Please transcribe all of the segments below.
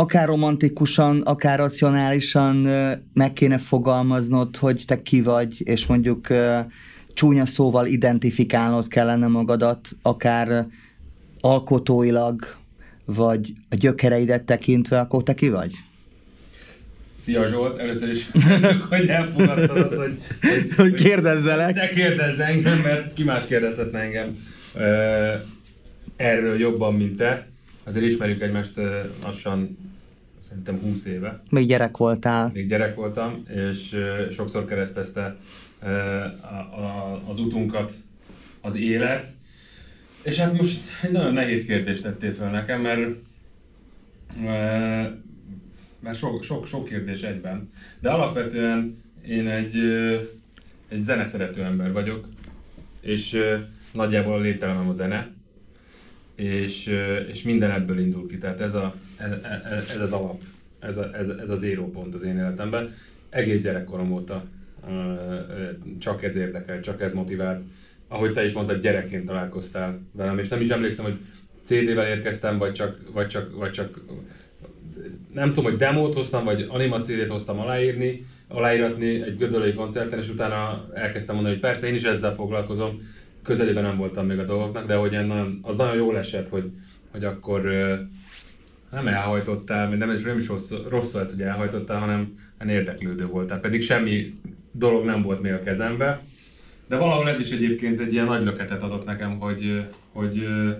akár romantikusan, akár racionálisan meg kéne fogalmaznod, hogy te ki vagy, és mondjuk csúnya szóval identifikálnod kellene magadat, akár alkotóilag, vagy a gyökereidet tekintve, akkor te ki vagy? Szia Zsolt, először is hogy elfogadtad azt, hogy kérdezzelek. Te kérdezz engem, mert ki más kérdezhetne engem erről jobban, mint te. Azért ismerjük egymást lassan, szerintem 20 éve. Még gyerek voltál. Még gyerek voltam, és sokszor keresztezte az utunkat az élet. És hát most egy nagyon nehéz kérdést tettél fel nekem, mert sok kérdés egyben. De alapvetően én egy zeneszerető ember vagyok, és nagyjából a lételemem a zene, és minden ebből indul ki. Tehát ez az alap, ez a zero pont az én életemben. Egész gyerekkorom óta csak ez érdekel, csak ez motivált. Ahogy te is mondtad, gyerekként találkoztál velem, és nem is emlékszem, hogy CD-vel érkeztem, vagy csak nem tudom, hogy demót hoztam, vagy anima CD-t hoztam aláíratni egy gödöllői koncerten, és utána elkezdtem mondani, hogy persze én is ezzel foglalkozom, közelében nem voltam még a dolgoknak, de hogy az nagyon jól esett, hogy akkor nem elhajtottál, nem is rosszul ez, hogy elhajtottál, hanem érdeklődő voltál, pedig semmi dolog nem volt még a kezembe. De valahol ez is egyébként egy ilyen nagy löketet adott nekem, hogy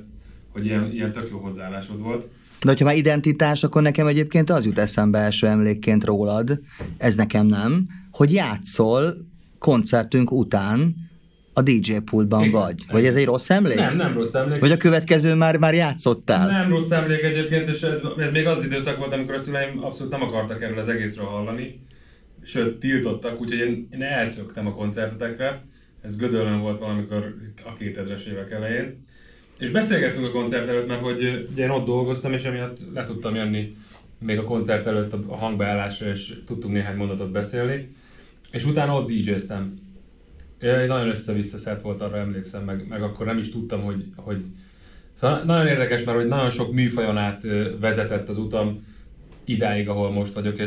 ilyen tök jó hozzáállásod volt. De hogyha már identitás, akkor nekem egyébként az jut eszembe első emlékként rólad, ez nekem nem, hogy játszol koncertünk után a DJ pultban. Igen, vagy. Nem. Vagy ez egy rossz emlék? Nem rossz emlék. Vagy a következő már játszottál? Nem rossz emlék egyébként, és ez még az időszak volt, amikor a szüleim abszolút nem akartak erről az egészről hallani. Sőt, tiltottak, úgyhogy én elszöktem a koncertetekre. Ez Gödöllőn volt valamikor a 2000-es évek elején. És beszélgettünk a koncert előtt, mert hogy ugye én ott dolgoztam, és emiatt le tudtam jönni még a koncert előtt a hangbeállásra, és tudtunk néhány mondatot beszélni. És utána ott DJ-ztem. Nagyon össze-vissza szert volt, arra emlékszem, meg akkor nem is tudtam, hogy... Szóval nagyon érdekes, mert hogy nagyon sok műfajon át vezetett az utam idáig, ahol most vagyok,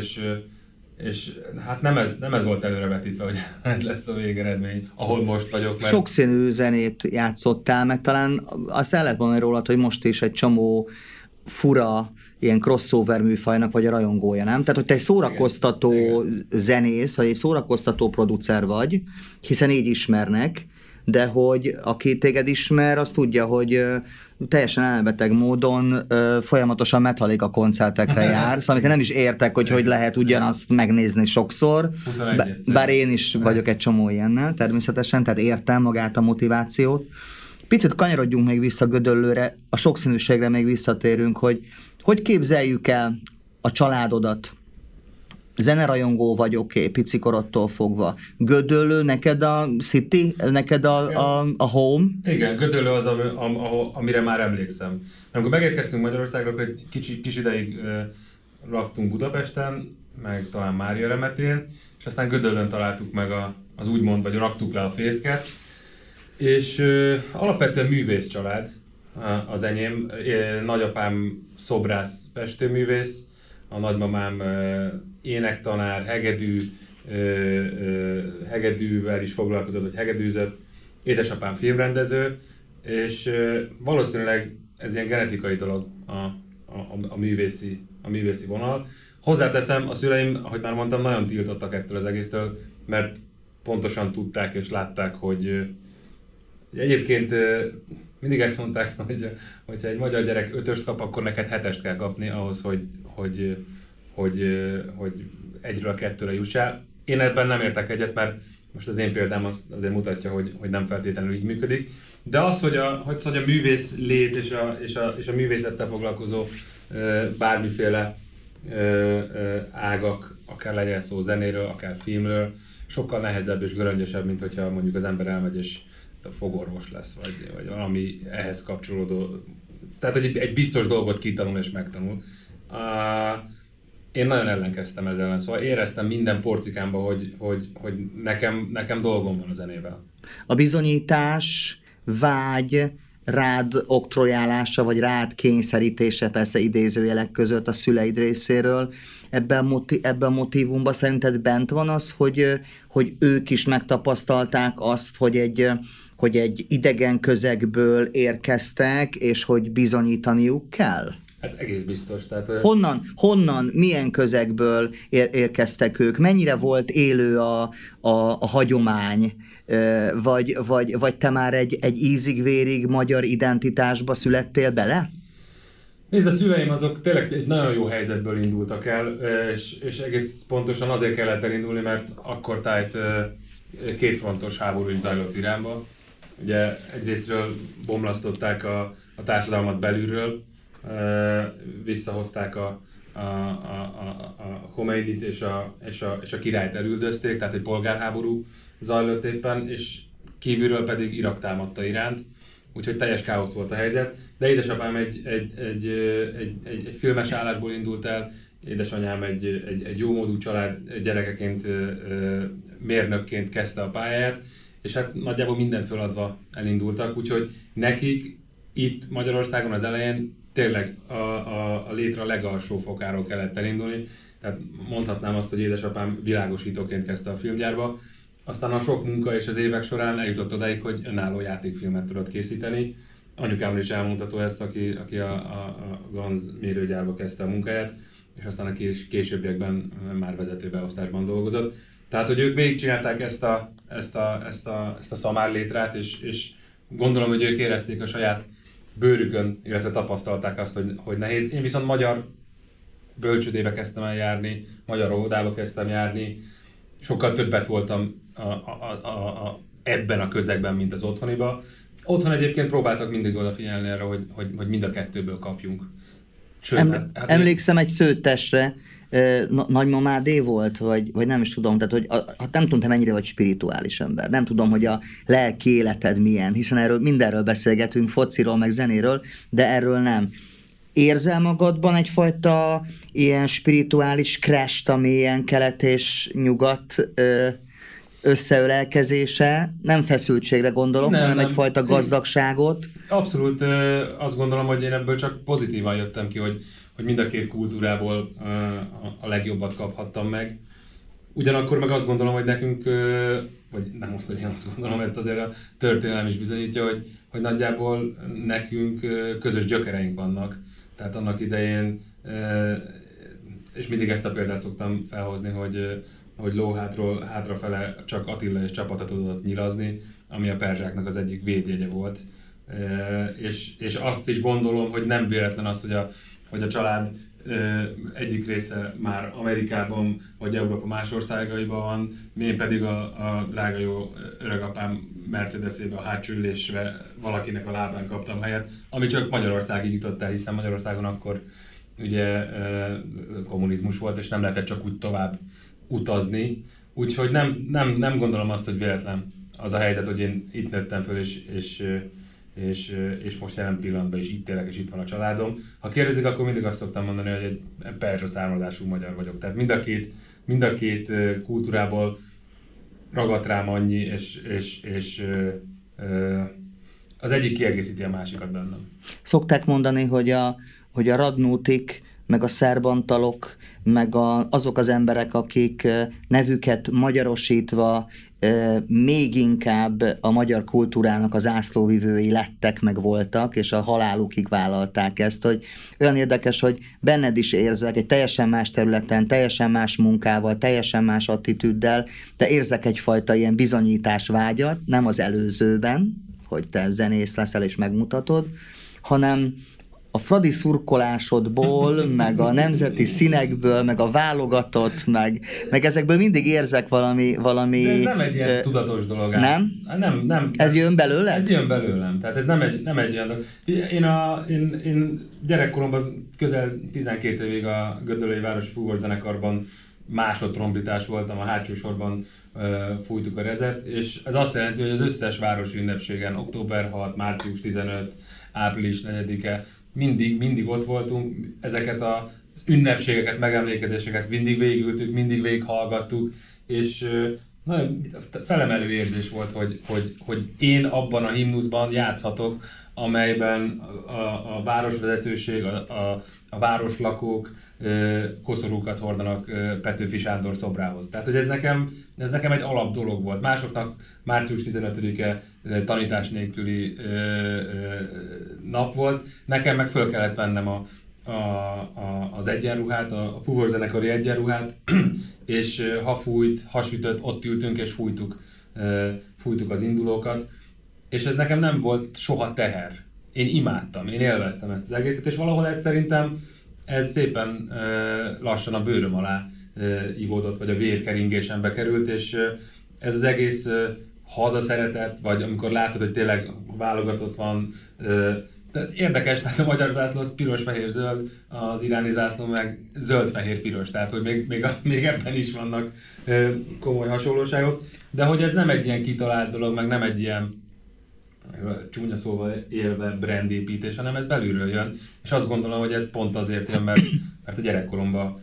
és hát nem ez volt előrevetítve, hogy ez lesz a végeredmény, ahol most vagyok. Mert... Sokszínű zenét játszottál, meg talán azt el lehet mondani rólad, hogy most is egy csomó fura ilyen crossover műfajnak vagy a rajongója, nem? Tehát, hogy te egy szórakoztató zenész, vagy egy szórakoztató producer vagy, hiszen így ismernek, de hogy aki téged ismer, az tudja, hogy teljesen elbeteg módon folyamatosan Metallica koncertekre jársz, amiket nem is értek, hogy lehet ugyanazt megnézni sokszor, bár én is vagyok egy csomó ilyennel természetesen, tehát értem magát a motivációt. Picit kanyarodjunk még vissza Gödöllőre, a sokszínűségre még visszatérünk, hogy képzeljük el a családodat. Zenerajongó vagy, oké, picikorodtól fogva. Gödöllő, neked a city, neked a home? Igen, Gödöllő az, amire már emlékszem. Amikor megérkeztünk Magyarországra, akkor egy kis ideig laktunk Budapesten, meg talán Mária Remetén, és aztán Gödöllőn találtuk meg az úgymond, vagy raktuk le a fészket. És alapvetően művész család az enyém. Nagyapám szobrász, festőművész, a nagymamám énektanár, hegedűvel is foglalkozott, vagy hegedűzött, édesapám filmrendező, és valószínűleg ez ilyen genetikai dolog a művészi vonal. Hozzáteszem, a szüleim, ahogy már mondtam, nagyon tiltottak ettől az egésztől, mert pontosan tudták és látták, hogy egyébként mindig ezt mondták, hogy hogyha egy magyar gyerek 5-öst kap, akkor neked 7-est kell kapni ahhoz, hogy egyről a 2-re jussál. Én ebben nem értek egyet, mert most az én példám azért mutatja, hogy nem feltétlenül így működik. De az, hogy a művész lét és a művészettel foglalkozó bármiféle ágak, akár legyen szó zenéről, akár filmről, sokkal nehezebb és göröngyösebb, mint hogyha mondjuk az ember elmegy és fogorvos lesz, vagy valami ehhez kapcsolódó. Tehát, hogy egy biztos dolgot kitanul és megtanul. Én nagyon ellenkeztem ezzel ellen, szóval éreztem minden porcikámban, hogy nekem dolgom van a zenével. A bizonyítás, vágy, rád oktrojálása, vagy rád kényszerítése, persze idézőjelek között a szüleid részéről, ebben a motívumban szerinted bent van az, hogy ők is megtapasztalták azt, hogy egy idegen közegből érkeztek, és hogy bizonyítaniuk kell? Hát egész biztos. Tehát, Honnan, milyen közegből érkeztek ők? Mennyire volt élő a hagyomány? Vagy te már egy ízig-vérig magyar identitásba születtél bele? Nézd, a szüleim azok tényleg egy nagyon jó helyzetből indultak el, és egész pontosan azért kellett elindulni, mert akkor tájt kétfrontos háború is zajlott Iránba. Ugye egyrésztről bomlasztották a társadalmat belülről, visszahozták a Khomeinit és a királyt elüldözték, tehát egy polgárháború zajlott éppen, és kívülről pedig Irak támadta Iránt, úgyhogy teljes káosz volt a helyzet. De édesapám egy filmes állásból indult el, édesanyám egy jómódú család gyerekeként, mérnökként kezdte a pályáját, és hát nagyjából mindent föladva elindultak, úgyhogy nekik itt Magyarországon az elején tényleg a létre legalsó fokáról kellett elindulni. Tehát mondhatnám azt, hogy édesapám világosítóként kezdte a filmgyárba. Aztán a sok munka és az évek során eljutott odáig, hogy önálló játékfilmet tudott készíteni. Anyukámmal is elmondható ezt, aki a Ganz mérőgyárba kezdte a munkáját, és aztán a későbbiekben már vezetőbeosztásban dolgozott. Tehát, hogy ők végigcsinálták ezt a szamár létrát, és gondolom, hogy ők érezték a saját bőrükön, illetve tapasztalták azt, hogy nehéz. Én viszont magyar bölcsődébe kezdtem el járni, magyar óvodába kezdtem járni, sokkal többet voltam ebben a közegben, mint az otthoniba. Otthon egyébként próbáltak mindig odafigyelni erre, hogy mind a kettőből kapjunk. Sőt, emlékszem egy szőttesre, nagymamádé volt, vagy nem is tudom, tehát hogy nem tudom, te mennyire vagy spirituális ember, nem tudom, hogy a lelki életed milyen, hiszen mindenről beszélgetünk, fociról, meg zenéről, de erről nem. Érzel magadban egyfajta ilyen spirituális crasht, ami ilyen kelet és nyugat összeölelkezése, nem feszültségre gondolom, hanem egyfajta gazdagságot? Abszolút azt gondolom, hogy én ebből csak pozitívan jöttem ki, hogy mind a két kultúrából a legjobbat kaphattam meg. Ugyanakkor meg azt gondolom, hogy nekünk, vagy nem azt, hogy én azt gondolom, ezt azért a történelem is bizonyítja, hogy nagyjából nekünk közös gyökereink vannak. Tehát annak idején, és mindig ezt a példát szoktam felhozni, hogy lóhátról hátrafele csak Attila és csapata tudott nyilazni, ami a perzsáknak az egyik védjegye volt. És azt is gondolom, hogy nem véletlen az, hogy a család egyik része már Amerikában vagy Európa más országaiban van, én pedig a drága jó öregapám Mercedesébe a hátsó ülésre valakinek a lábán kaptam helyet, ami csak Magyarországig jutott el, hiszen Magyarországon akkor ugye kommunizmus volt, és nem lehetett csak úgy tovább utazni. Úgyhogy nem gondolom azt, hogy véletlen az a helyzet, hogy én itt nőttem föl, és most jelen pillanatban is itt élek, és itt van a családom. Ha kérdezik, akkor mindig azt szoktam mondani, hogy egy perzsa származású magyar vagyok. Tehát mind a két kultúrából ragadt rám annyi, és az egyik kiegészíti a másikat bennem. Szokták mondani, hogy a radnótik, meg a szerbantalok, meg azok az emberek, akik nevüket magyarosítva még inkább a magyar kultúrának az zászlóvivői lettek, meg voltak, és a halálukig vállalták ezt, hogy olyan érdekes, hogy benned is érzek egy teljesen más területen, teljesen más munkával, teljesen más attitűddel, de érzek egyfajta ilyen bizonyításvágyat, nem az előzőben, hogy te zenész leszel és megmutatod, hanem a fradi szurkolásodból, meg a nemzeti színekből, meg a válogatott, meg ezekből mindig érzek valami... De ez nem egy ilyen tudatos dolog. Nem? Nem. Ez jön belőled? Ez jön belőlem. Tehát ez nem egy olyan dolog. Én gyerekkoromban közel 12 évig a Gödöllői Városi Fúvózenekarban másodtrombitás voltam, a hátsó sorban fújtuk a rezet, és ez azt jelenti, hogy az összes városi ünnepségen, október 6, március 15, április 4-e, mindig ott voltunk, ezeket az ünnepségeket, megemlékezéseket mindig végigültük, mindig végighallgattuk, és nagyon felemelő érzés volt, hogy én abban a himnuszban játszhatok, amelyben a városvezetőség, a városlakók koszorúkat hordanak Petőfi Sándor szobrához. Tehát, hogy ez nekem egy alap dolog volt. Másoknak március 15-e tanítás nélküli nap volt, nekem meg föl kellett vennem az egyenruhát, a fuvorzenekari egyenruhát, és ha fújt, ha sütött, ott ültünk és fújtuk az indulókat, és ez nekem nem volt soha teher. Én imádtam, én élveztem ezt az egészet, és valahol ez szerintem ez szépen lassan a bőröm alá ivódott, vagy a vérkeringésembe került, és ez az egész hazaszeretet, vagy amikor látod, hogy tényleg válogatott van, tehát érdekes, tehát a magyar zászló az piros-fehér-zöld, az iráni zászló meg zöld-fehér-piros, tehát hogy még ebben is vannak komoly hasonlóságok, de hogy ez nem egy ilyen kitalált dolog, meg nem egy ilyen csúnya szóval élve brandépítés, hanem ez belülről jön, és azt gondolom, hogy ez pont azért jön, mert a gyerekkoromban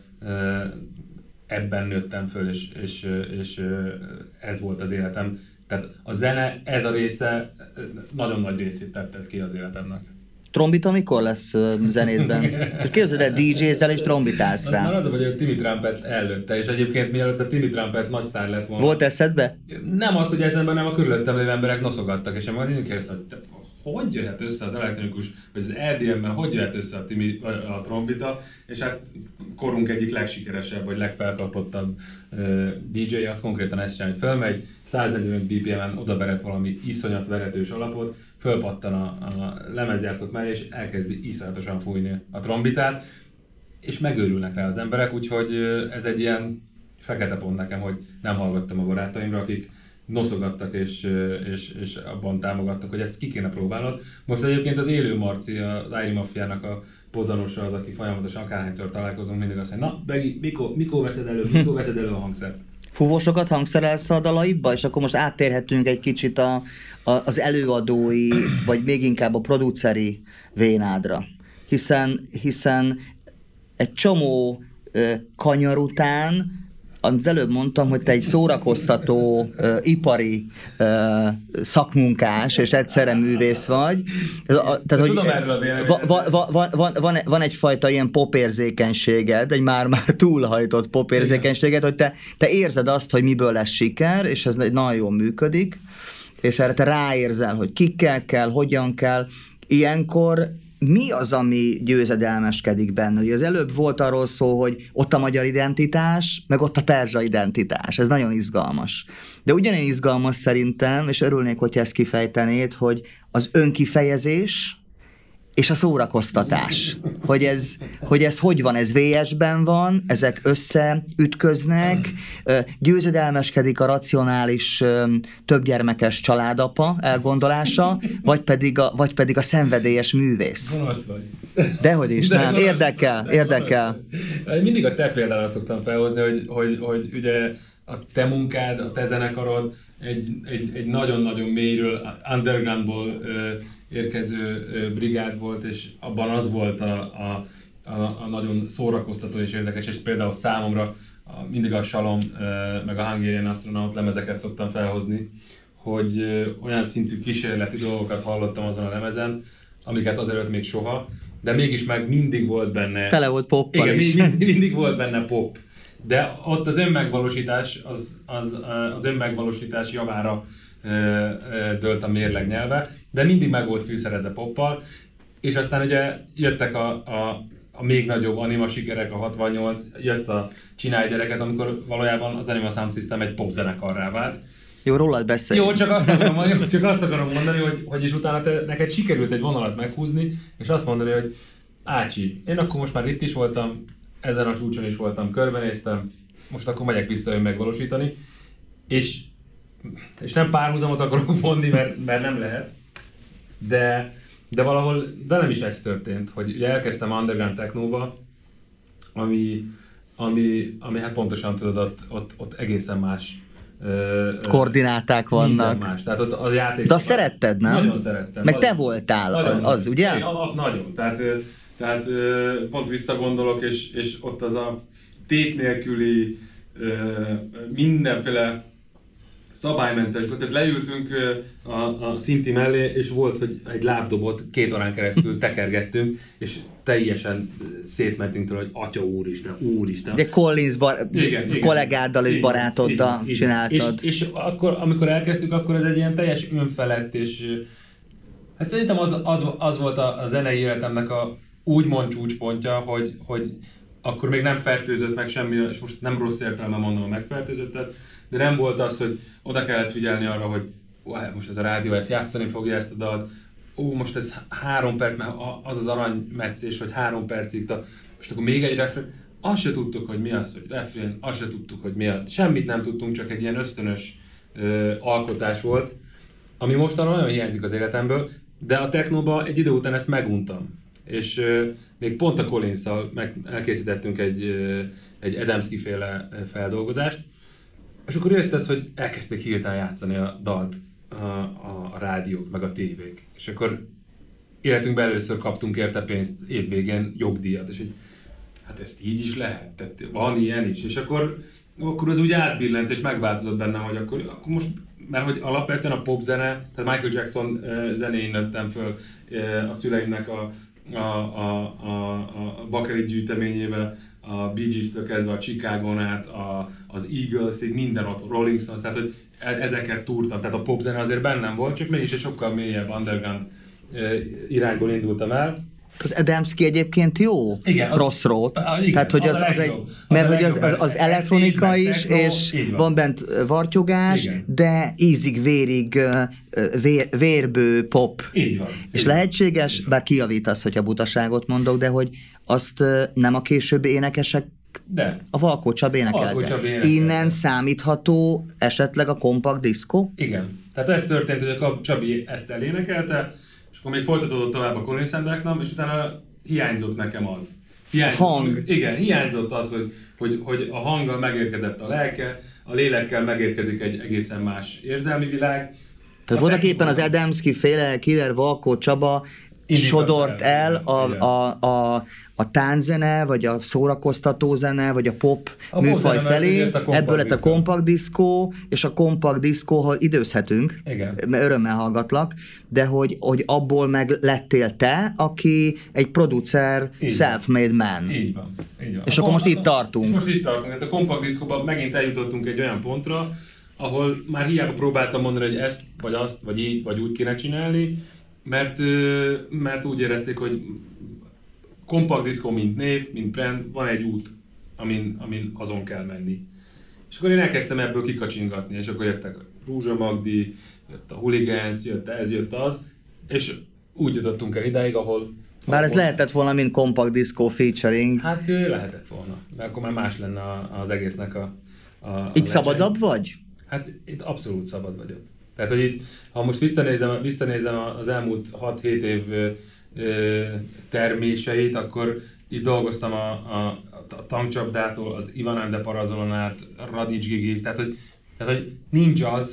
ebben nőttem föl, és ez volt az életem. Tehát a zene, ez a része nagyon nagy részét tetted ki az életemnek. Trombita mikor lesz zenétben? És képzeld el, DJ-zel és trombitálsz rá. Már az, hogy a Timmy Trumpet előtte, és egyébként mielőtt a Timmy Trumpet nagy sztár lett volna. Volt eszedbe? Nem az, hogy eszemben, nem a körülöttem lévő emberek noszogattak, és én kérdeztem, hogy jöhet össze az elektronikus, vagy az EDM-ben, hogy jöhet össze a trombita, és hát korunk egyik legsikeresebb, vagy legfelkapottabb DJ, az konkrétan ezt csinálja, hogy fölmegy, 145 BPM-en odaberet valami iszonyat veretős alapot, fölpattan a lemezjátszók mellé, és elkezdi iszonyatosan fújni a trombitát, és megőrülnek rá az emberek, úgyhogy ez egy ilyen fekete pont nekem, hogy nem hallgattam a barátaimra, akik noszogattak és abban támogattak, hogy ezt ki kéne próbálnod. Most egyébként az élő Marci, az Irie Mafiának a pozanosa az, aki folyamatosan akárhányszor találkozunk, mindig azt mondja, na Begi, mikor veszed elő a hangszert? Fúvósokat hangszerelsz a dalaidba, és akkor most áttérhetünk egy kicsit az előadói, vagy még inkább a produceri vénádra. Hiszen egy csomó kanyar után, az előbb mondtam, hogy te egy szórakoztató, ipari szakmunkás, és egyszerre művész vagy. Tehát, hogy van egyfajta ilyen popérzékenységed, egy már túlhajtott popérzékenységed, hogy te érzed azt, hogy miből lesz siker, és ez nagyon jól működik, és erre te ráérzel, hogy kikkel kell, hogyan kell. Ilyenkor mi az, ami győzedelmeskedik benne? Ugye az előbb volt arról szó, hogy ott a magyar identitás, meg ott a perzsa identitás. Ez nagyon izgalmas. De ugyanilyen izgalmas szerintem, és örülnék, hogyha ezt kifejtenéd, hogy az önkifejezés és a szórakoztatás. Hogy ez hogy van? Ez VS-ben van, ezek összeütköznek, győzedelmeskedik a racionális többgyermekes családapa elgondolása, vagy pedig a szenvedélyes művész. Gonosz vagy. Dehogy is, nem. Érdekel. Mindig a te példádat szoktam felhozni, hogy ugye a te munkád, a te zenekarod egy nagyon-nagyon mélyről, undergroundból érkező brigád volt, és abban az volt a nagyon szórakoztató és érdekes, és például számomra mindig a Shalom meg a Hungarian Astronaut lemezeket szoktam felhozni, hogy olyan szintű kísérleti dolgokat hallottam azon a lemezen, amiket azelőtt még soha, de mégis meg mindig volt benne... Tele volt poppal is. Mindig volt benne pop. De ott az önmegvalósítás, az önmegvalósítás javára dőlt a mérleg nyelve, de mindig meg volt fűszerezve poppal, és aztán ugye jöttek a még nagyobb anima sikerek, a 68, jött a Csinálj gyereket, amikor valójában az Anima Sound System egy popzenekarrá vált. Jó, rólad beszélj. Jó, csak azt akarom mondani, hogy is utána neked sikerült egy vonalat meghúzni, és azt mondani, hogy Ácsi, én akkor most már itt is voltam, ezen a csúcson is voltam, körbenéztem, most akkor megyek vissza megvalósítani, és nem párhuzamot akarok vonni, mert nem lehet, de valahol velem is ez történt, hogy ugye elkezdtem underground technóba, ami hát pontosan tudod, ott egészen más koordináták vannak. Más. Tehát ott a játék. De azt szeretted, nem? Nagyon szerettem. Meg te voltál, az ugye? Nagyon. Tehát pont visszagondolok, és ott az a ték nélküli mindenféle szabálymentes, tehát leültünk a szinti mellé, és volt, hogy egy lábdobot 2 órán keresztül tekergettünk, és teljesen szétmentünk tőle, hogy atya úristen. De Collins igen, kollégáddal és barátoddal csináltad. És akkor, amikor elkezdtük, akkor ez egy ilyen teljes önfelett, és hát szerintem az volt a zenei életemnek a úgymond csúcspontja, hogy akkor még nem fertőzött meg semmi, és most nem rossz értelemben mondom a megfertőzöttet, de nem volt az, hogy oda kellett figyelni arra, hogy most ez a rádió ezt játszani fogja ezt a dalt, most ez 3 perc, mert az az aranymetszés, vagy 3 percig, most akkor még egy refrén, azt se tudtuk, hogy mi az, hogy refrén, azt se tudtuk, hogy mi az, semmit nem tudtunk, csak egy ilyen ösztönös alkotás volt, ami mostanra nagyon hiányzik az életemből, de a technóban egy idő után ezt meguntam. És még pont a Collins-szal elkészítettünk egy Adamski-féle feldolgozást, és akkor jött ez, hogy elkezdték hirtelen játszani a dalt a rádiók, meg a tévék. És akkor életünkben először kaptunk érte pénzt évvégén jogdíjat, és hogy hát ezt így is lehet, tehát van ilyen is. És akkor az úgy átbillent, és megváltozott benne, hogy akkor most, mert hogy alapvetően a popzene, tehát Michael Jackson zenéjén nőttem föl a szüleimnek a Bakery gyűjteményével, a Bee Gees-től kezdve a Chicagon át, az Eagles-ig, minden ott, Rolling Stones, tehát hogy ezeket túrtam, tehát a popzene azért bennem volt, csak mégis egy sokkal mélyebb underground irányból indultam el. Az Adamski egyébként jó? Igen, Crossroad. Tehát, hogy az egy, mert hogy az elektronika is, és van bent vartyogás, igen, de ízig-vérig vérbő pop. Így van. És lehetséges, bár kijavítasz, hogyha butaságot mondok, de hogy azt nem a későbbi énekesek, de a Valkó Csabi énekelte. Innen számítható esetleg a kompakt diszkó? Igen. Tehát ez történt, hogy a Csabi ezt elénekelte, és akkor még folytatódott tovább a Collins and Blacknam, és utána hiányzott nekem az. Hang. Igen, hiányzott az, hogy a hanggal megérkezett a lelke, a lélekkel megérkezik egy egészen más érzelmi világ. Tehát voltak éppen az Adamski féle Killer Valkó Csaba sodort el a tánzene, vagy a szórakoztató zene, vagy a pop műfaj felé, ebből lett a kompakt diszkó, és a kompakt diszkóhoz időzhetünk, mert örömmel hallgatlak, de hogy abból meg lettél te, aki egy producer, self-made man. Így van. És akkor most itt tartunk. És most itt tartunk. Hát a kompakt diszkóban megint eljutottunk egy olyan pontra, ahol már hiába próbáltam mondani, hogy ezt, vagy azt, vagy így, vagy úgy kéne csinálni, mert úgy érezték, hogy kompakt diszkó, mint név, mint brand, van egy út, amin azon kell menni. És akkor én elkezdtem ebből kikacsingatni, és akkor jöttek a Rúzsa Magdi, jött a Hooligans, jött az, és úgy jutottunk el idáig, ahol... Bár ez lehetett volna, mint kompakt diszkó featuring. Hát lehetett volna, mert akkor már más lenne az egésznek a itt szabadabb vagy? Hát itt abszolút szabad vagyok. Tehát, hogy itt, ha most visszanézem az elmúlt 6-7 év terméseit, akkor itt dolgoztam a Tankcsapdától, az Ivan and the Parazolon át, Radics Gigig, tehát hogy nincs az,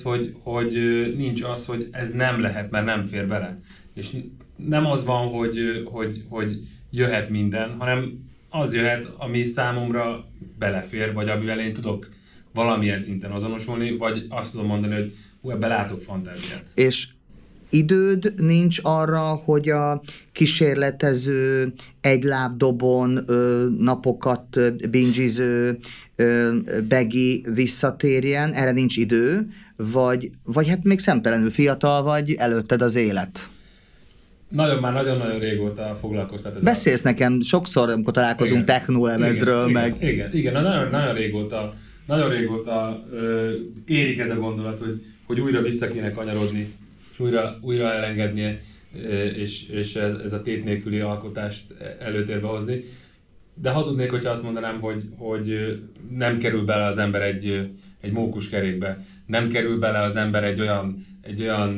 hogy ez nem lehet, mert nem fér bele. És nem az van, hogy jöhet minden, hanem az jöhet, ami számomra belefér, vagy amivel én tudok valamilyen szinten azonosulni, vagy azt tudom mondani, hogy ebben látok fantáziát. És időd nincs arra, hogy a kísérletező, egy lábdobon napokat bingiző Begi visszatérjen, erre nincs idő, vagy hát még szemtelenül fiatal vagy, előtted az élet? Már nagyon-nagyon régóta foglalkoztat ez. Beszélsz nekem sokszor, amikor találkozunk technolemezről, meg... Igen, nagyon régóta érik ez a gondolat, hogy újra vissza kéne kanyarodni, és újra elengednie, és ez a tét nélküli alkotást előtérbe hozni. De hazudnék, hogyha azt mondanám, hogy nem kerül bele az ember egy mókuskerékbe, nem kerül bele az ember egy olyan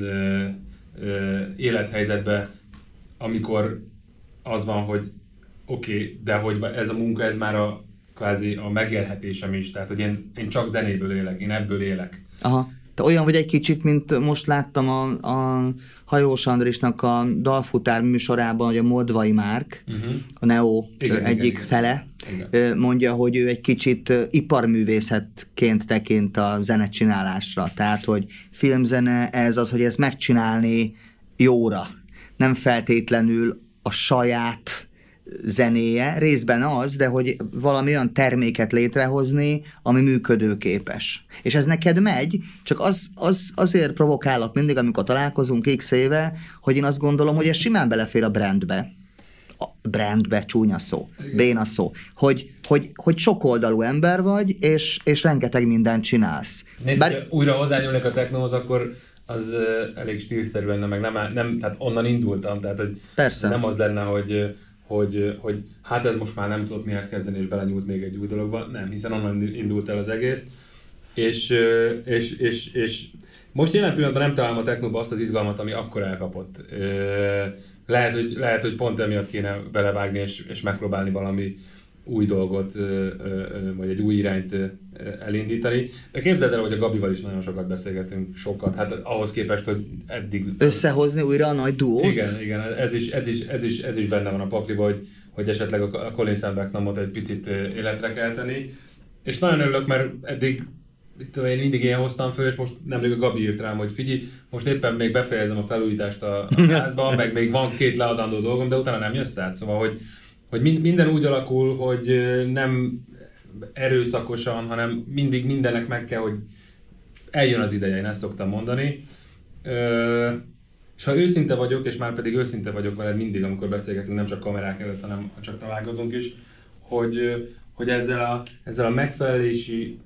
élethelyzetbe, amikor az van, hogy oké, de hogy ez a munka, ez már kvázi a megélhetésem is, tehát hogy én csak zenéből élek, én ebből élek. Aha. Te olyan vagy egy kicsit, mint most láttam a Hajós Andrisnak a Dalfutár műsorában, hogy a Moldvai Márk, a Neo egyik fele, mondja, hogy ő egy kicsit iparművészetként tekint a zenecsinálásra. Tehát, hogy filmzene ez az, hogy ezt megcsinálni jóra. Nem feltétlenül a saját zenéje, részben az, de hogy valami olyan terméket létrehozni, ami működőképes. És ez neked megy, csak azért provokálok mindig, amikor találkozunk x éve, hogy én azt gondolom, hogy ez simán belefér a brandbe. A brandbe, csúnya szó, béna szó. Hogy sokoldalú ember vagy, és rengeteg mindent csinálsz. Nézd, újra hozzányúlnék a technóhoz, akkor az elég stílszerű lenne, meg nem, tehát onnan indultam, tehát hogy persze. Nem az lenne, hogy hát ez most már nem tudott mihez kezdeni, és belenyúlt még egy új dologba. Nem, hiszen onnan indult el az egész. És most jelen pillanatban nem találom a technóban azt az izgalmat, ami akkor elkapott. Lehet, hogy pont emiatt kéne belevágni, és megpróbálni valami új dolgot, vagy egy új irányt elindítani. De képzeld el, hogy a Gabival is nagyon sokat beszélgetünk, hát ahhoz képest, hogy eddig... Összehozni újra a nagy duót? Igen, ez is benne van a pakliban, hogy esetleg a Colin Sandback-namot egy picit életre kelteni. És nagyon örülök, mert eddig én mindig ilyen hoztam föl, és most nemrég a Gabi írt rám, hogy figyelj, most éppen még befejezem a felújítást a házban, meg még van 2 leadandó dolgom, de utána nem jössz át. Szóval, hogy minden úgy alakul, hogy nem erőszakosan, hanem mindig mindennek meg kell, hogy eljön az ideje, én ezt szoktam mondani. És ha őszinte vagyok, és már pedig őszinte vagyok veled mindig, amikor beszélgetünk, nem csak kamerák előtt, hanem csak találkozunk is, hogy ezzel a megfelelési...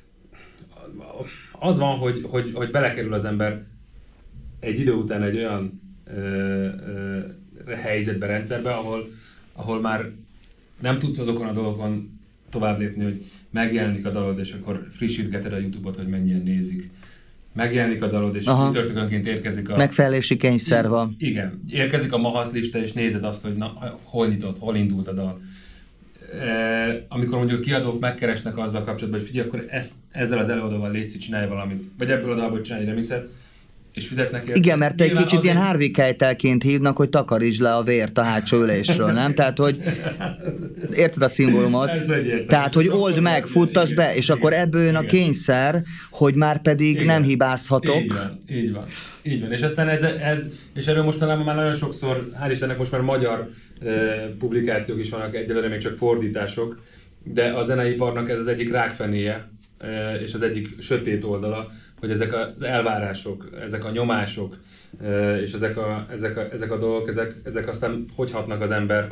Az van, hogy belekerül az ember egy idő után egy olyan helyzetbe, rendszerbe, ahol már nem tudsz azokon a dolgokon tovább lépni, hogy megjelenik a dalod, és akkor frissítgeted a YouTube-ot, hogy mennyien nézik. Megjelenik a dalod, és csütörtökönként érkezik a... Megfelelési kényszer van. Igen. Érkezik a Mahasz lista, és nézed azt, hogy hol nyitott, hol indult a dal. Amikor mondjuk kiadók megkeresnek azzal kapcsolatban, hogy figyelj, akkor ezzel az előadóval létszik, csinálj valamit. Vagy ebből a dalból csinálj egy remixet, és fizetnek érte. Igen, mert egy kicsit ilyen Harvey Keitelként hívnak, hogy takarítsd le a vért a hátsó ülésről, nem? Tehát, hogy érted a szimbólumot? Tehát, hogy old meg, futtas be, és akkor ebből jön a kényszer, hogy már pedig nem hibázhatok. Így van. És aztán és erről mostanában már nagyon sokszor, hál' Istennek most már magyar publikációk is vannak, egyelőre még csak fordítások, de a zeneiparnak ez az egyik rákfenéje, és az egyik sötét oldala, hogy ezek az elvárások, ezek a nyomások, és ezek a dolgok, ezek aztán hogy hatnak az ember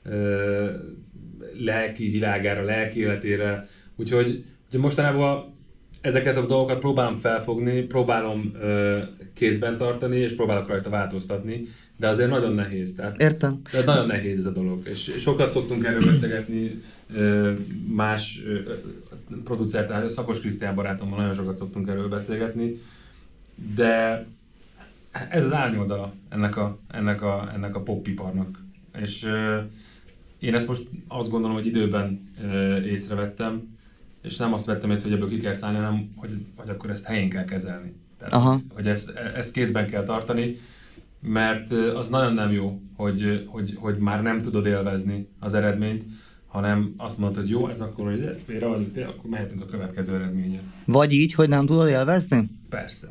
lelki világára, lelki életére. Úgyhogy mostanában ezeket a dolgokat próbálom felfogni, próbálom kézben tartani, és próbálok rajta változtatni, de azért nagyon nehéz. Értem. Tehát nagyon nehéz ez a dolog. És sokat szoktunk erről beszélgetni, más producer, Szakos Krisztián barátommal nagyon sokat szoktunk erről beszélgetni, de ez az árnyoldala ennek a popiparnak. És én ezt most azt gondolom, hogy időben észrevettem, és nem azt vettem észre, hogy ebből ki kell szállni, hanem hogy akkor ezt helyén kell kezelni. Tehát, hogy ezt kézben kell tartani, mert az nagyon nem jó, hogy már nem tudod élvezni az eredményt, hanem azt mondod, hogy jó, ez akkor, hogy félre vagyunk, akkor mehetünk a következő eredményre. Vagy így, hogy nem tudod élvezni? Persze.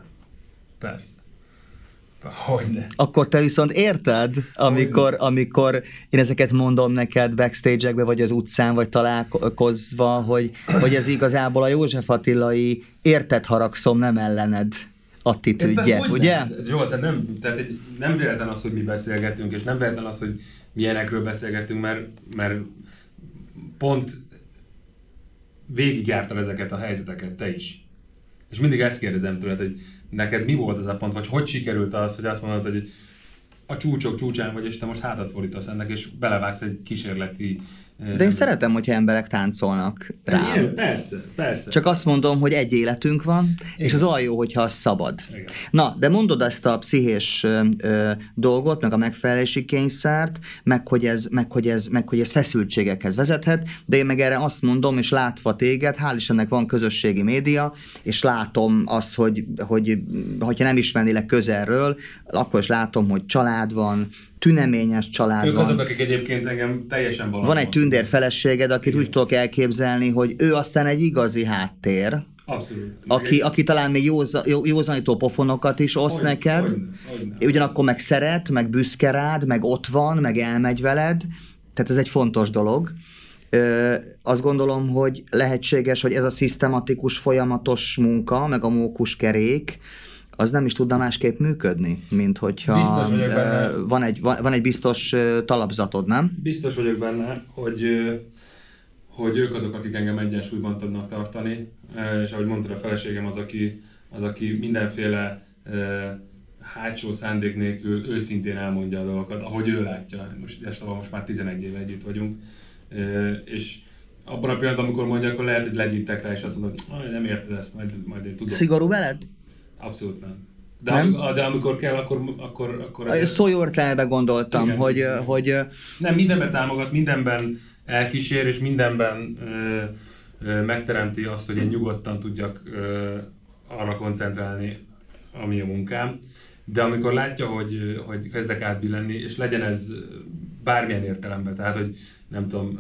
Hogyne. Akkor te viszont érted, amikor én ezeket mondom neked backstage-ekbe, vagy az utcán, vagy találkozva, hogy ez igazából a József Attilai érted haragszom, nem ellened attitűdje, ugye? Zsolt, nem véletlen az, hogy mi beszélgetünk, és nem véletlen az, hogy milyenekről beszélgetünk, mert pont végigjártad ezeket a helyzeteket te is. És mindig ezt kérdezem tőled, hogy neked mi volt az a pont, vagy hogy sikerült az, hogy azt mondod, hogy a csúcsok csúcsán vagy, és te most hátat fordítasz ennek, és belevágsz egy kísérleti De én szeretem, hogyha emberek táncolnak rá. Igen, persze. Csak azt mondom, hogy egy életünk van, igen. És az olyan jó, hogyha az szabad. Igen. Na, de mondod ezt a pszichés dolgot, meg a megfelelési kényszert, meg hogy ez feszültségekhez vezethet, de én meg erre azt mondom, és látva téged, hál' Istennek van közösségi média, és látom azt, hogy hogyha nem ismernélek közelről, akkor is látom, hogy család van, tüneményes család ők van. Azok, akik egyébként engem teljesen van egy tündér feleséged, akit úgy tudok elképzelni, hogy ő aztán egy igazi háttér. Abszolút. Aki talán még józanító pofonokat is oszt neked, ugyanakkor meg szeret, meg büszke rád, meg ott van, meg elmegy veled, tehát ez egy fontos dolog. Azt gondolom, hogy lehetséges, hogy ez a szisztematikus, folyamatos munka, meg a mókuskerék, az nem is tudna másképp működni, mint hogyha van egy biztos talapzatod, nem? Biztos vagyok benne, hogy ők azok, akik engem egyensúlyban tudnak tartani, és ahogy mondtad, a feleségem az, aki mindenféle hátsó szándék nélkül őszintén elmondja a dolgokat, ahogy ő látja. Most már 11 éve együtt vagyunk, és abban a pillanatban, amikor mondja, akkor lehet, hogy legyintek rá, és azt mondod, hogy nem érted ezt, majd én tudom. Szigorú veled? Abszolút nem. De amikor kell, akkor Szó értelemben gondoltam, igen, hogy... Nem, mindenben támogat, mindenben elkísér, és mindenben megteremti azt, hogy én nyugodtan tudjak arra koncentrálni, ami a munkám. De amikor látja, hogy kezdek átbillenni, és legyen ez bármilyen értelemben, tehát, hogy nem tudom,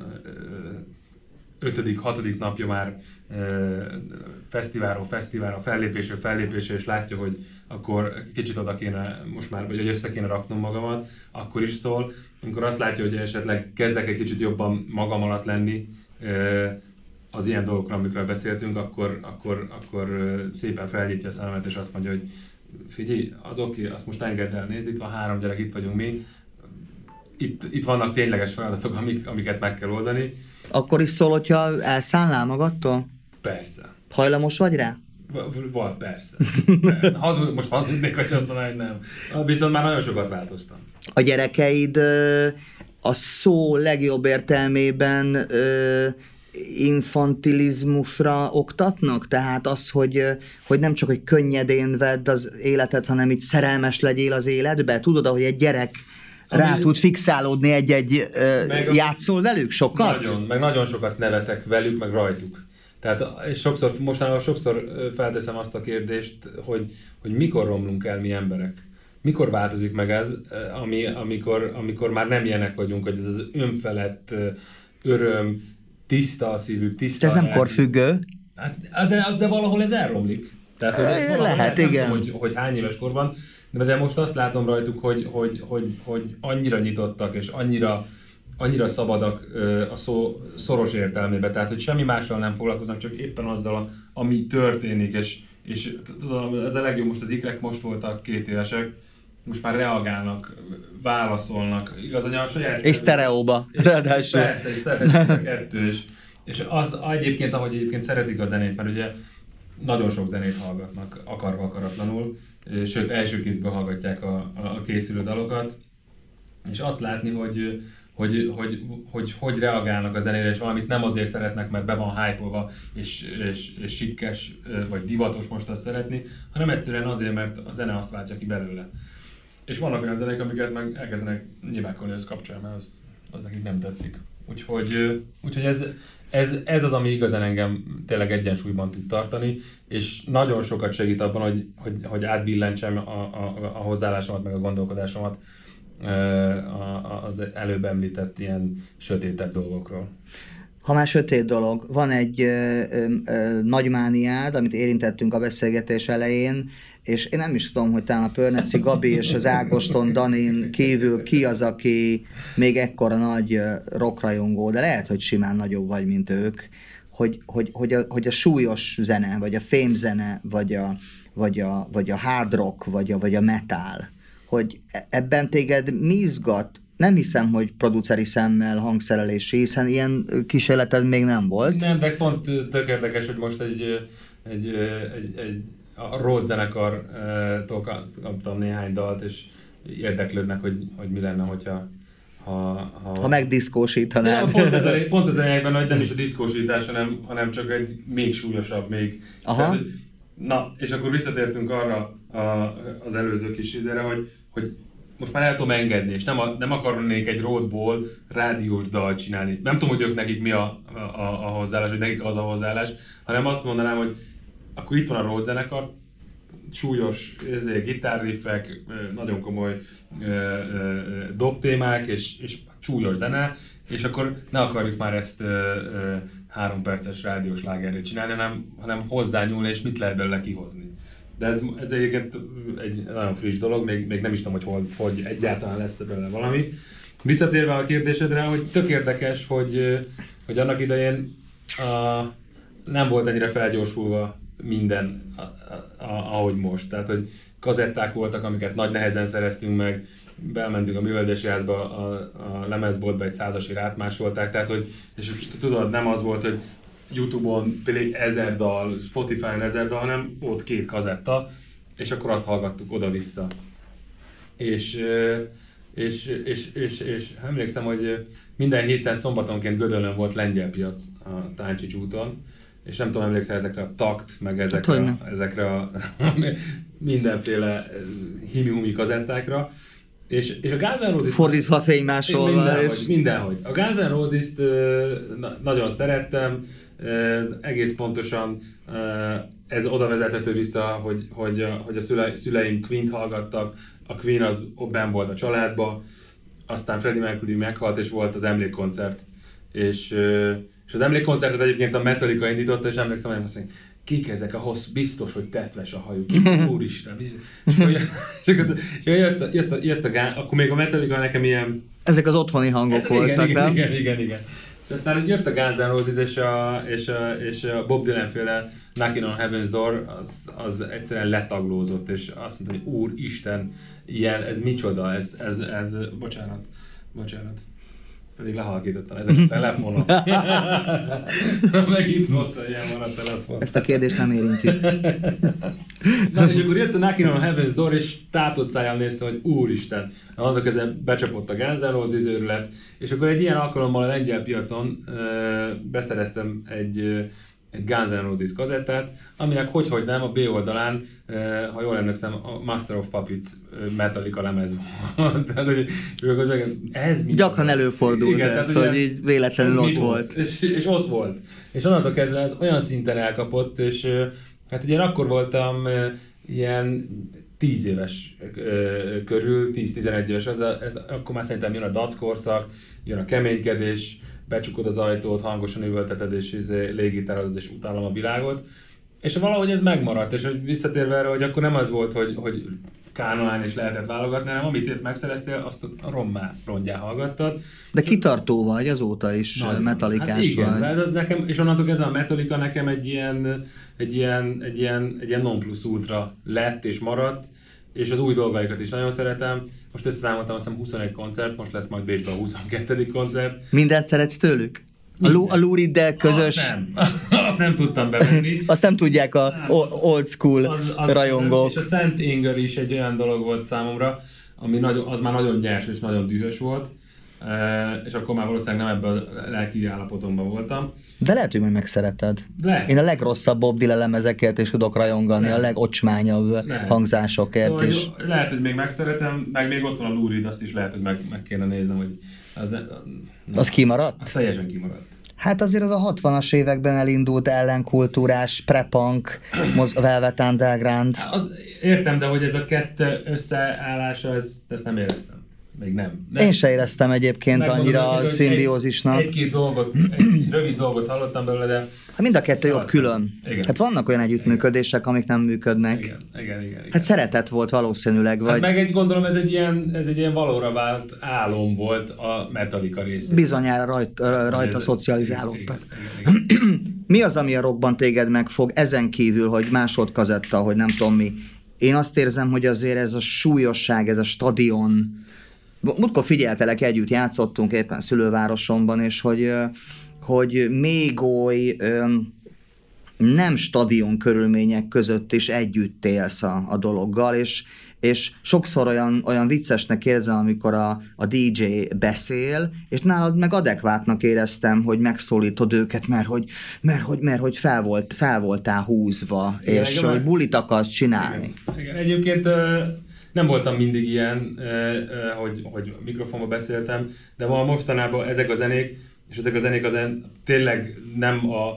5., 6. napja már fesztiválról, fellépésről, és látja, hogy akkor kicsit oda kéne most már, vagy hogy össze kéne raknom magamat, akkor is szól. Amikor azt látja, hogy esetleg kezdek egy kicsit jobban magam alatt lenni az ilyen dolgokra, amikről beszéltünk, akkor szépen felnyitja a szememet, és azt mondja, hogy figyelj, az oké, azt most engedd el, nézd, itt van 3 gyerek, itt vagyunk mi, itt vannak tényleges feladatok, amiket meg kell oldani. Akkor is szól, hogyha elszállnál magadtól? Persze. Hajlamos vagy rá? Persze. Most hazudnék, hogy azt mondaná, hogy nem. Viszont már nagyon sokat változtam. A gyerekeid a szó legjobb értelmében infantilizmusra oktatnak? Tehát az, hogy nem csak, hogy könnyedén vedd az életet, hanem így szerelmes legyél az életbe? Tudod, ahogy egy gyerek rá tud fixálódni egy játszol velük sokat? Nagyon, meg nagyon sokat nevetek velük, meg rajtuk. Tehát és mostanában sokszor felteszem azt a kérdést, hogy mikor romlunk el mi emberek. Mikor változik meg ez, amikor már nem ilyenek vagyunk, hogy ez az önfelett öröm, tiszta a szívük, tiszta ez nem korfüggő. De valahol ez elromlik. Tehát hogy ez lehet, igen. Nem tudom, hogy hány éves korban, de most azt látom rajtuk, hogy annyira nyitottak, és annyira szabadak a szó szoros értelmében, tehát hogy semmi mással nem foglalkoznak, csak éppen azzal, ami történik, és tudom, ez a legjobb, most az ikrek most voltak 2 évesek, most már reagálnak, válaszolnak, igazán a saját... És sztereóba, ráadásul. Persze, és szeretik kettős. És az egyébként, ahogy egyébként szeretik a zenét, mert ugye nagyon sok zenét hallgatnak, akarva akaratlanul, sőt első kézből hallgatják a készülő dalokat, és azt látni, hogy reagálnak a zenére, és valamit nem azért szeretnek, mert be van hype-olva, és sikkes, vagy divatos most azt szeretni, hanem egyszerűen azért, mert a zene azt váltja ki belőle. És vannak olyan zenék, amiket meg elkezdenek nyilvánkolni összkapcsolni, mert az nekik nem tetszik. Úgyhogy ez az, ami igazán engem tényleg egyensúlyban tud tartani, és nagyon sokat segít abban, hogy átbillentsem a hozzáállásomat, meg a gondolkodásomat az előbb említett ilyen sötétebb dolgokról. Ha már sötét dolog, van egy nagy mániád, amit érintettünk a beszélgetés elején, és én nem is tudom, hogy talán a Pörneci Gabi és az Ágoston Danin kívül ki az, aki még ekkora nagy rockrajongó, de lehet, hogy simán nagyobb vagy, mint ők, hogy a súlyos zene, vagy a fame zene, vagy a hard rock, vagy a metal, hogy ebben téged mi izgat? Nem hiszem, hogy produceri szemmel hangszerelési, hiszen ilyen kísérleted még nem volt. Nem, de pont tök érdekes, hogy most a Road zenekartól kaptam néhány dalt, és érdeklődnek, hogy mi lenne, hogyha ha megdiszkósítanád. Ja, pont az eljegben, hogy nem is a diszkósítás, hanem csak egy még súlyosabb, még... Tehát, na, és akkor visszatértünk arra az előző kis izére, hogy most már el tudom engedni, és nem akarnék egy roadból rádiós dalt csinálni. Nem tudom, hogy nekik mi a hozzáállás, hogy nekik az a hozzáállás, hanem azt mondanám, hogy akkor itt van a road zenekar, súlyos gitárriffek, nagyon komoly dobtémák és súlyos zene, és akkor ne akarjuk már ezt 3 perces rádiós lágerre csinálni, hanem hozzányúlni, és mit lehet belőle kihozni. De ez egyébként egy nagyon friss dolog, még nem is tudom, hogy egyáltalán lesz belőle valami. Visszatérve a kérdésedre, hogy tök érdekes, hogy annak idején nem volt ennyire felgyorsulva minden, ahogy most. Tehát, hogy kazetták voltak, amiket nagy nehezen szereztünk meg, belmentünk a művelődési házba, a lemezboltba egy 100-asért átmásolták, tehát, hogy, és tudod, nem az volt, hogy YouTube-on például 1000 dal, Spotify-on 1000 dal, hanem volt 2 kazetta, és akkor azt hallgattuk oda-vissza. És emlékszem, hogy minden héten szombatonként Gödöllön volt lengyelpiac a Táncsics úton, és nem tudom, emlékszel ezekre a Takt, meg ezekre a mindenféle himi-humi kazettákra. És a Guns N' Roses... Fordítva fénymásolva. Mindenhogy. A Guns N' Roses-t nagyon szerettem, egész pontosan ez oda vezethető vissza, hogy a szüleim Queen-t hallgattak, a Queen az benn volt a családba, aztán Freddie Mercury meghalt, és volt az emlékkoncert. És az emlékkoncertet egyébként a Metallica indította, és emlékszem, hogy azt mondja, kik ezek a hossz, biztos, hogy tetves a hajuk, úristen, és jött akkor még a Metallica nekem ilyen... Ezek az otthoni hangok voltak, nem? Igen. És aztán jött a Guns N' Roses és a Bob Dylan-féle Knockin' on Heaven's Door, az egyszerűen letaglózott, és azt mondta, hogy úristen, ilyen, ez micsoda, ez bocsánat. Pedig lehalkítottam ezek a telefonon. Megint rossz helyen van a telefon. Ezt a kérdést nem érintjük. Na és akkor jött a Knockin' on Heaven's Door, és tátott szájjal nézte, hogy úristen. Annak ezen becsapott a Guns N' Roses őrület, és akkor egy ilyen alkalommal a lengyel piacon beszereztem egy Guns N' Roses kazettát, aminek hogy nem, a B oldalán, ha jól emlékszem, a Master of Puppets Metallica lemez volt. Tehát, hogy ez mi? Gyakran előfordult ez, hogy így véletlenül ott volt. És ott volt. És onnantól kezdve ez olyan szinten elkapott, és hát ugye akkor voltam ilyen 10 éves körül, 10-11 éves, akkor már szerintem jön a dac korszak, jön a keménykedés, becsukod az ajtót, hangosan üvölteted, és légitározod, és utálom a világot. És valahogy ez megmaradt, és hogy visszatérve erre, hogy akkor nem az volt, hogy kánonán és lehetett válogatni, hanem amit itt megszereztél, azt a rongyá hallgattad. De kitartó vagy azóta is, metalikás hát igen, vagy. Az nekem, és onnantól ez a Metallica nekem egy ilyen non plus ultra lett és maradt, és az új dolgaikat is nagyon szeretem. Most összeszámoltam, azt hiszem 21 koncert, most lesz majd Bécsben a 22. koncert. Mindent szeretsz tőlük? A Luriddel közös... Azt nem tudtam bevenni. Azt nem tudják a old school rajongók. És a Szent Inger is egy olyan dolog volt számomra, ami az már nagyon nyers és nagyon dühös volt, és akkor már valószínűleg nem ebben a lelki állapotomban voltam. De lehet, hogy majd megszereted. Lehet. Én a legrosszabb Bob Dylan lemezekért is tudok rajongani, a legocsmányabb hangzásokért is. Lehet, hogy még megszeretem, meg még ott van a Lou Reed, azt is lehet, hogy meg kéne néznem, hogy az kimaradt? Az teljesen kimaradt. Hát azért az a 60-as években elindult ellenkultúrás, prepunk, Velvet Underground. Értem, de hogy ez a kettő összeállása, ezt nem éreztem. Még nem. Én se éreztem egyébként annyira a szimbiózisnak. Egy rövid dolgot hallottam belőle, de... Hát mind a kettő jobb külön. Igen. Hát vannak olyan együttműködések, amik nem működnek. Igen. Hát szeretet volt valószínűleg. Vagy... Hát meg gondolom ez egy ilyen valóra vált álom volt a Metallica részén. Bizonyára rajta szocializálódtak. Mi az, ami a rockban téged megfog, ezen kívül, hogy másodkazetta, hogy nem tudom mi. Én azt érzem, hogy azért ez a súlyosság, ez a stadion. Múltkor figyeltelek, együtt játszottunk éppen szülővárosomban, és hogy még oly nem stadion körülmények között is együtt élsz a dologgal, és és sokszor olyan viccesnek érzem, amikor a DJ beszél, és nálad meg adekvátnak éreztem, hogy megszólítod őket, mert hogy fel voltál húzva, igen, és hogy bulit akarsz csinálni. Igen. Egyébként nem voltam mindig ilyen, hogy mikrofonba beszéltem, de mostanában ezek a zenék, és ezek a zenék tényleg nem a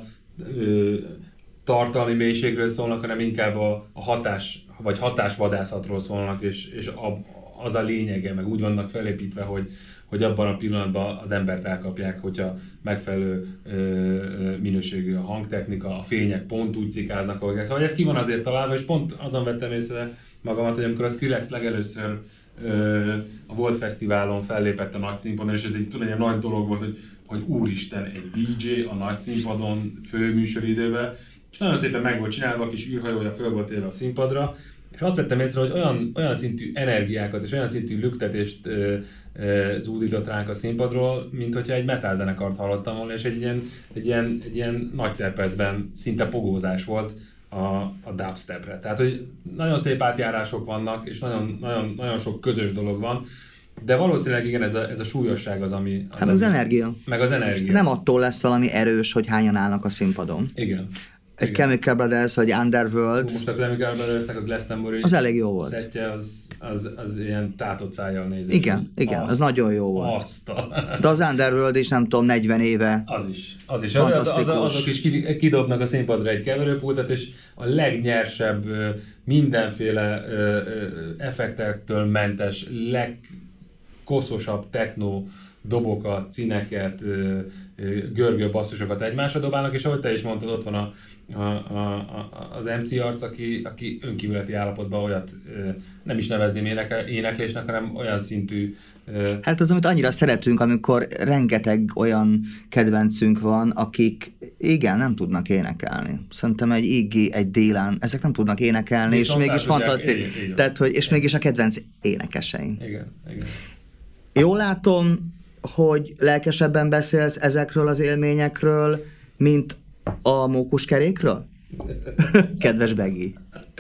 tartalmi mélységről szólnak, hanem inkább a hatás, vagy hatásvadászatról szólnak, és az a lényege, meg úgy vannak felépítve, hogy abban a pillanatban az embert elkapják, hogyha megfelelő minőségű a hangtechnika, a fények pont úgy cikáznak, ahogy szóval ez ki van azért találva, és pont azon vettem észre magamat, hogy amikor a Skrillex legelőször a Volt Fesztiválon fellépett a nagy színpadon, és ez egy nagy dolog volt, hogy úristen, egy DJ a nagy színpadon főműsoridőben, és nagyon szépen meg volt csinálva, a kis űrhajója föl volt élve a színpadra, és azt vettem észre, hogy olyan szintű energiákat és olyan szintű lüktetést zúdított ránk a színpadról, mint hogyha egy metal zenekart hallottam volna, és egy ilyen nagy terpezben szinte pogózás volt a dubstepre. Tehát, hogy nagyon szép átjárások vannak, és nagyon sok közös dolog van, de valószínűleg igen, ez a súlyosság az, ami... Hát az energia. Meg az energia. Nem attól lesz valami erős, hogy hányan állnak a színpadon. Igen. Egy Chemical Brothers vagy Underworld. Most a Chemical Brothersnek a Glastonbury az elég jó volt. Szettje az ilyen tátott szájjal nézett. Igen, az nagyon jó volt. De az Underworld is nem tudom, 40 éve. Az is. Azok is kidobnak a színpadra egy keverőpultot, és a legnyersebb, mindenféle effektektől mentes, legkoszosaaz techno dobokat, cineket, görgő basszusokat egymásra dobálnak, és ahogy te is mondtad, ott van az MC arc, aki önkívületi állapotban olyat nem is nevezném éneklésnek, hanem olyan szintű... Hát az, amit annyira szeretünk, amikor rengeteg olyan kedvencünk van, akik igen, nem tudnak énekelni. Szerintem egy Iggy, egy Dylan, ezek nem tudnak énekelni, és mégis fantasztikus. Tehát, hogy, és mégis a kedvenc énekeseink. Igen. Jól látom, hogy lelkesebben beszélsz ezekről az élményekről, mint a mókuskerékről? Kedves Begi.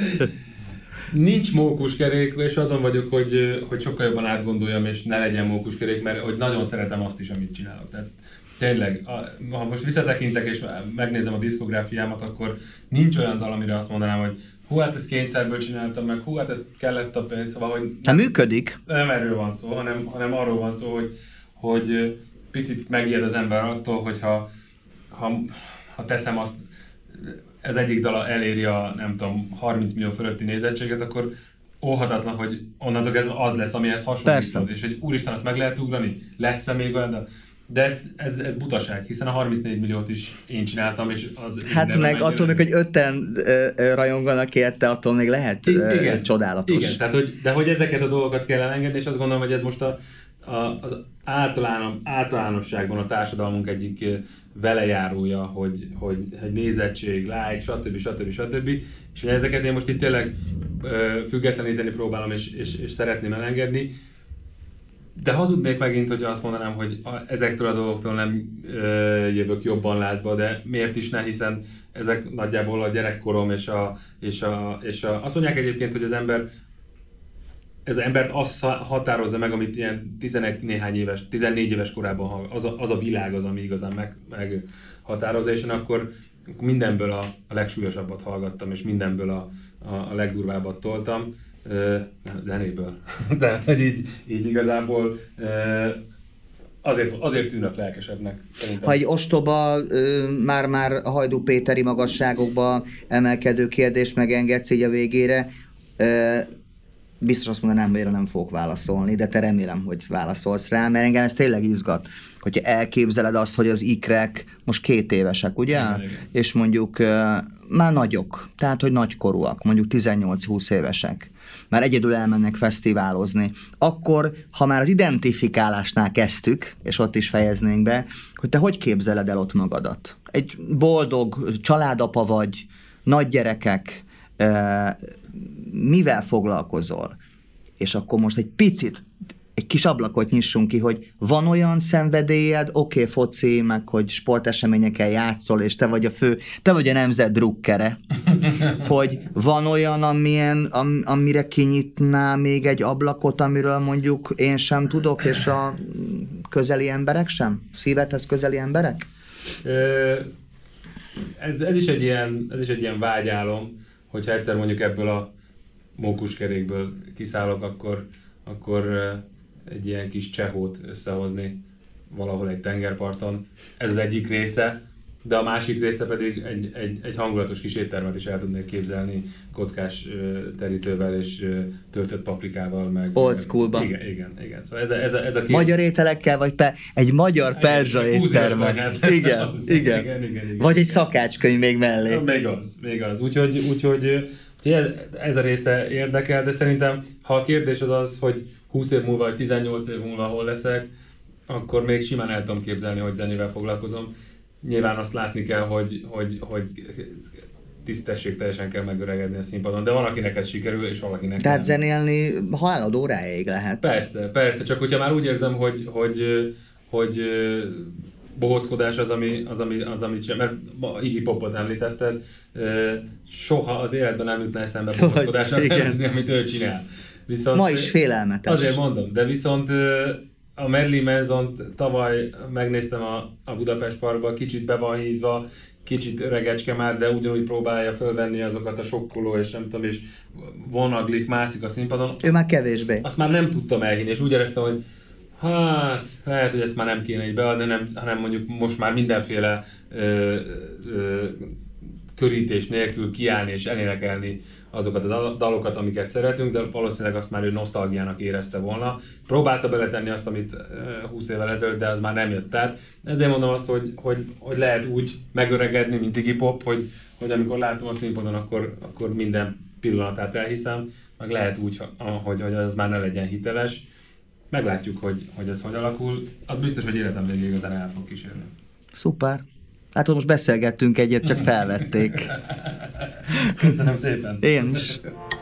Nincs mókuskerék, és azon vagyok, hogy sokkal jobban átgondoljam, és ne legyen mókuskerék, mert hogy nagyon szeretem azt is, amit csinálok. Tehát tényleg, ha most visszatekintek és megnézem a diszkográfiámat, akkor nincs olyan dal, amire azt mondanám, hogy hú, hát ezt kényszerből csináltam meg, hú, hát ezt kellett a pénz, szóval, hogy... Nem működik? Nem erről van szó, hanem arról van szó, hogy picit megijed az ember attól, hogyha ha teszem azt, ez egyik dala eléri a, nem tudom, 30 millió fölötti nézettséget, akkor óhatatlan, hogy onnantól ez az lesz, amihez hasonlítod. És hogy úristen, azt meg lehet ugrani? Lesz-e még olyan? De ez butaság, hiszen a 34 milliót is én csináltam, és az... Hát meg attól még, hogy 5-en rajonganak érte, attól még lehet igen, csodálatos. Igen, tehát, de hogy ezeket a dolgokat kell elengedni, és azt gondolom, hogy ez most az általánosságban a társadalmunk egyik velejárója, hogy nézettség, like, stb. És hogy ezeket én most itt tényleg függetleníteni próbálom, és szeretném elengedni. De hazudnék megint, hogyha azt mondanám, hogy ezektől a dolgoktól nem jövök jobban lázba, de miért is ne, hiszen ezek nagyjából a gyerekkorom, és azt mondják egyébként, hogy ez az embert azt határozza meg, amit ilyen 14 éves korában az a világ az, ami igazán meghatározza, és akkor mindenből a legsúlyosabbat hallgattam, és mindenből a legdurvábbat toltam, zenéből. Tehát, hogy így igazából azért tűnök lelkesebbnek, szerintem. Ha egy ostoba, már a Hajdú Péteri magasságokba emelkedő kérdést megengedsz így a végére, biztos azt mondanám, hogy erre nem fogok válaszolni, de te remélem, hogy válaszolsz rá, mert engem ez tényleg izgat, hogyha elképzeled azt, hogy az ikrek most 2 évesek, ugye? Igen. És mondjuk már nagyok, tehát hogy nagykorúak, mondjuk 18-20 évesek, már egyedül elmennek fesztiválozni. Akkor, ha már az identifikálásnál kezdtük, és ott is fejeznénk be, hogy te hogy képzeled el ott magadat? Egy boldog családapa vagy, nagy gyerekek, mivel foglalkozol? És akkor most egy picit egy kis ablakot nyissunk ki, hogy van olyan szenvedélyed, oké, foci, meg hogy sporteseményeken játszol, és te vagy a nemzet drukkere, hogy van olyan, amire kinyitná még egy ablakot, amiről mondjuk én sem tudok, és a közeli emberek sem? Szívedhez közeli emberek? Ez is egy ilyen vágyálom, hogyha egyszer mondjuk ebből a mókuskerékből kiszállok, akkor egy ilyen kis csehót összehozni valahol egy tengerparton. Ez az egyik része, de a másik része pedig egy hangulatos kis éttermet is el tudnék képzelni, kockás terítővel és töltött paprikával. Meg, old schoolban. Igen. Szóval ez a két... Magyar ételekkel, vagy egy magyar perzsa éttermet. Igen. Vagy egy szakácskönyv még mellé. Még az. Úgyhogy ez a része érdekel, de szerintem, ha a kérdés az, hogy 20 év múlva, vagy 18 év múlva hol leszek, akkor még simán el tudom képzelni, hogy zenével foglalkozom. Nyilván azt látni kell, hogy tisztességteljesen kell megöregedni a színpadon, de van, akinek ez sikerül, és valakinek tehát nem. zenélni halálod óráig lehet. Persze, csak hogyha már úgy érzem, hogy bohóckodás az, amit sem, mert Iggy Popot említetted, soha az életben nem jutna eszembe bohóckodásnak nevezni, amit ő csinál. Viszont, ma is félelmetes. Azért mondom, de viszont a Marilyn Manson-t tavaly megnéztem a Budapest Parkban, kicsit be van hízva, kicsit öregecske már, de ugyanúgy próbálja fölvenni azokat a sokkoló, és nem tudom, és vonaglik, mászik a színpadon. Ő már kevésbé. Azt már nem tudtam elhinni, és úgy éreztem, hogy hát, lehet, hogy ezt már nem kéne így beadni, hanem mondjuk most már mindenféle körítés nélkül kiállni és elénekelni azokat a dalokat, amiket szeretünk, de valószínűleg azt már ő nosztalgiának érezte volna. Próbálta beletenni azt, amit 20 évvel ezelőtt, de az már nem jött át. Ezért mondom azt, hogy lehet úgy megöregedni, mint Iggy Pop, hogy amikor látom a színpadon, akkor minden pillanatát elhiszem, meg lehet úgy, hogy az már ne legyen hiteles. Meglátjuk, hogy ez hogy alakul. Az biztos, hogy életem végéig a zene el fog kísérni. Szuper. Hát most beszélgettünk egyet, csak felvették. Köszönöm szépen. Én is.